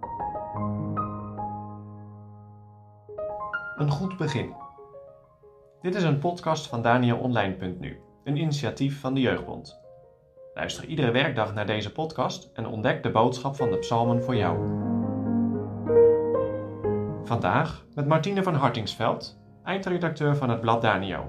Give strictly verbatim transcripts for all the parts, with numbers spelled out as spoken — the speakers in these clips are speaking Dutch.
Een goed begin. Dit is een podcast van daniel online punt nu, een initiatief van de Jeugdbond. Luister iedere werkdag naar deze podcast en ontdek de boodschap van de psalmen voor jou. Vandaag met Martine van Hartingsveld, eindredacteur van het blad Danio.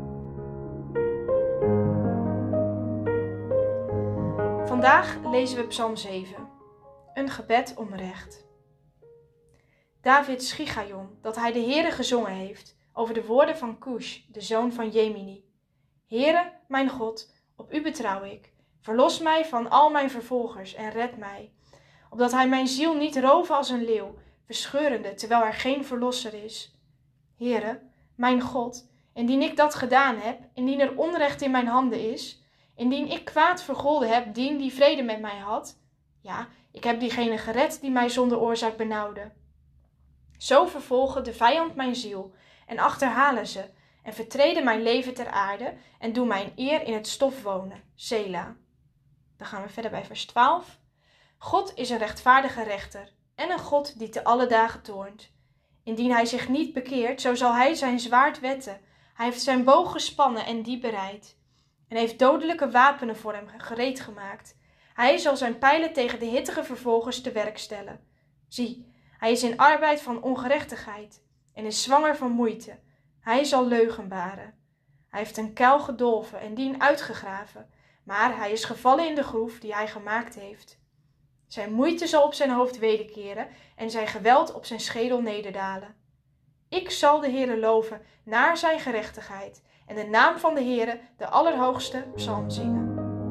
Vandaag lezen we Psalm zeven, een gebed om recht. Davids Gigajon, dat hij de Heere gezongen heeft, over de woorden van Cush, de zoon van Jemini. Heere, mijn God, op u betrouw ik. Verlos mij van al mijn vervolgers en red mij. Opdat hij mijn ziel niet roven als een leeuw, verscheurende, terwijl er geen verlosser is. Heere, mijn God, indien ik dat gedaan heb, indien er onrecht in mijn handen is, indien ik kwaad vergolden heb dien die vrede met mij had, ja, ik heb diegene gered die mij zonder oorzaak benauwde. Zo vervolgen de vijand mijn ziel en achterhalen ze en vertreden mijn leven ter aarde en doen mijn eer in het stof wonen. Sela. Dan gaan we verder bij vers twaalf. God is een rechtvaardige rechter en een God die te alle dagen toornt. Indien hij zich niet bekeert, zo zal hij zijn zwaard wetten. Hij heeft zijn boog gespannen en die bereid. En heeft dodelijke wapenen voor hem gereed gemaakt. Hij zal zijn pijlen tegen de hittige vervolgers te werk stellen. Zie, hij is in arbeid van ongerechtigheid en is zwanger van moeite. Hij zal leugen baren. Hij heeft een kuil gedolven en dien uitgegraven, maar hij is gevallen in de groef die hij gemaakt heeft. Zijn moeite zal op zijn hoofd wederkeren en zijn geweld op zijn schedel nederdalen. Ik zal de Heere loven naar zijn gerechtigheid en de naam van de Heere, de Allerhoogste, psalm zingen.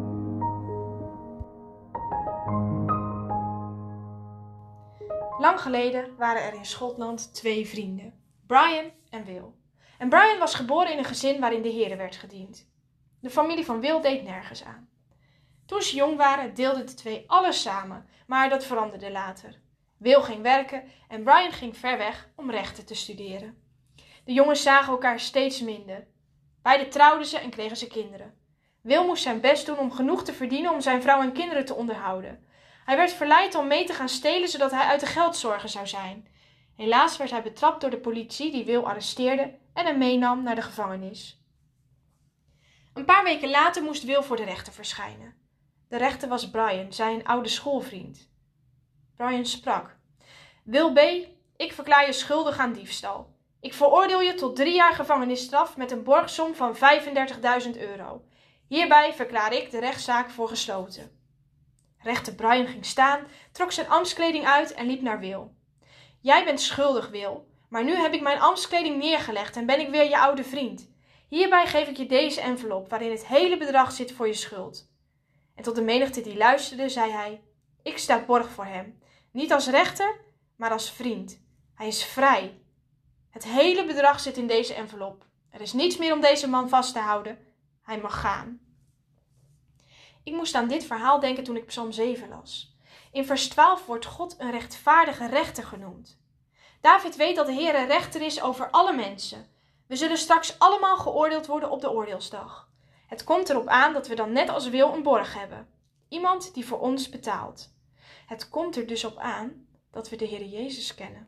Lang geleden waren er in Schotland twee vrienden, Brian en Will. En Brian was geboren in een gezin waarin de Heere werd gediend. De familie van Will deed nergens aan. Toen ze jong waren, deelden de twee alles samen, maar dat veranderde later. Will ging werken en Brian ging ver weg om rechten te studeren. De jongens zagen elkaar steeds minder. Beiden trouwden ze en kregen ze kinderen. Will moest zijn best doen om genoeg te verdienen om zijn vrouw en kinderen te onderhouden. Hij werd verleid om mee te gaan stelen zodat hij uit de geldzorgen zou zijn. Helaas werd hij betrapt door de politie die Will arresteerde en hem meenam naar de gevangenis. Een paar weken later moest Will voor de rechter verschijnen. De rechter was Brian, zijn oude schoolvriend. Brian sprak. Will B., ik verklaar je schuldig aan diefstal. Ik veroordeel je tot drie jaar gevangenisstraf met een borgsom van vijfendertigduizend euro. Hierbij verklaar ik de rechtszaak voor gesloten. Rechter Brian ging staan, trok zijn ambtskleding uit en liep naar Will. Jij bent schuldig, Will, maar nu heb ik mijn ambtskleding neergelegd en ben ik weer je oude vriend. Hierbij geef ik je deze envelop, waarin het hele bedrag zit voor je schuld. En tot de menigte die luisterde, zei hij, ik sta borg voor hem, niet als rechter, maar als vriend. Hij is vrij. Het hele bedrag zit in deze envelop. Er is niets meer om deze man vast te houden. Hij mag gaan. Ik moest aan dit verhaal denken toen ik Psalm zeven las. In vers twaalf wordt God een rechtvaardige rechter genoemd. David weet dat de Heere rechter is over alle mensen. We zullen straks allemaal geoordeeld worden op de oordeelsdag. Het komt erop aan dat we dan net als Will een borg hebben. Iemand die voor ons betaalt. Het komt er dus op aan dat we de Heere Jezus kennen.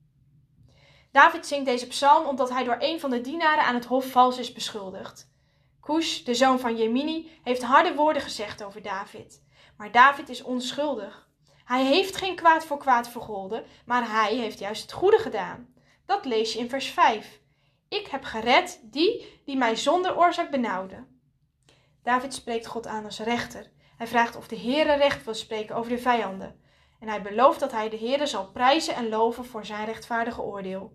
David zingt deze psalm omdat hij door een van de dienaren aan het hof vals is beschuldigd. Cush, de zoon van Jemini, heeft harde woorden gezegd over David. Maar David is onschuldig. Hij heeft geen kwaad voor kwaad vergolden, maar hij heeft juist het goede gedaan. Dat lees je in vers vijf. Ik heb gered die die mij zonder oorzaak benauwde. David spreekt God aan als rechter. Hij vraagt of de Heere recht wil spreken over de vijanden. En hij belooft dat hij de Heere zal prijzen en loven voor zijn rechtvaardige oordeel.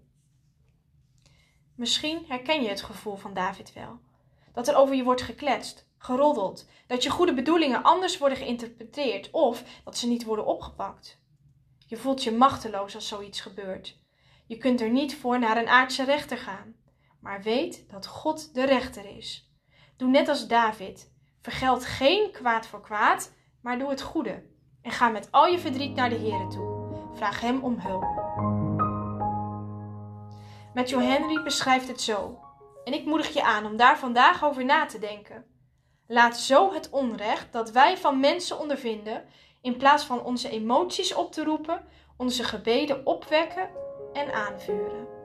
Misschien herken je het gevoel van David wel. Dat er over je wordt gekletst, geroddeld, dat je goede bedoelingen anders worden geïnterpreteerd of dat ze niet worden opgepakt. Je voelt je machteloos als zoiets gebeurt. Je kunt er niet voor naar een aardse rechter gaan, maar weet dat God de rechter is. Doe net als David. Vergeld geen kwaad voor kwaad, maar doe het goede. En ga met al je verdriet naar de Heere toe. Vraag hem om hulp. Matthew Henry beschrijft het zo. En ik moedig je aan om daar vandaag over na te denken. Laat zo het onrecht dat wij van mensen ondervinden In plaats van onze emoties op te roepen, onze gebeden opwekken en aanvuren.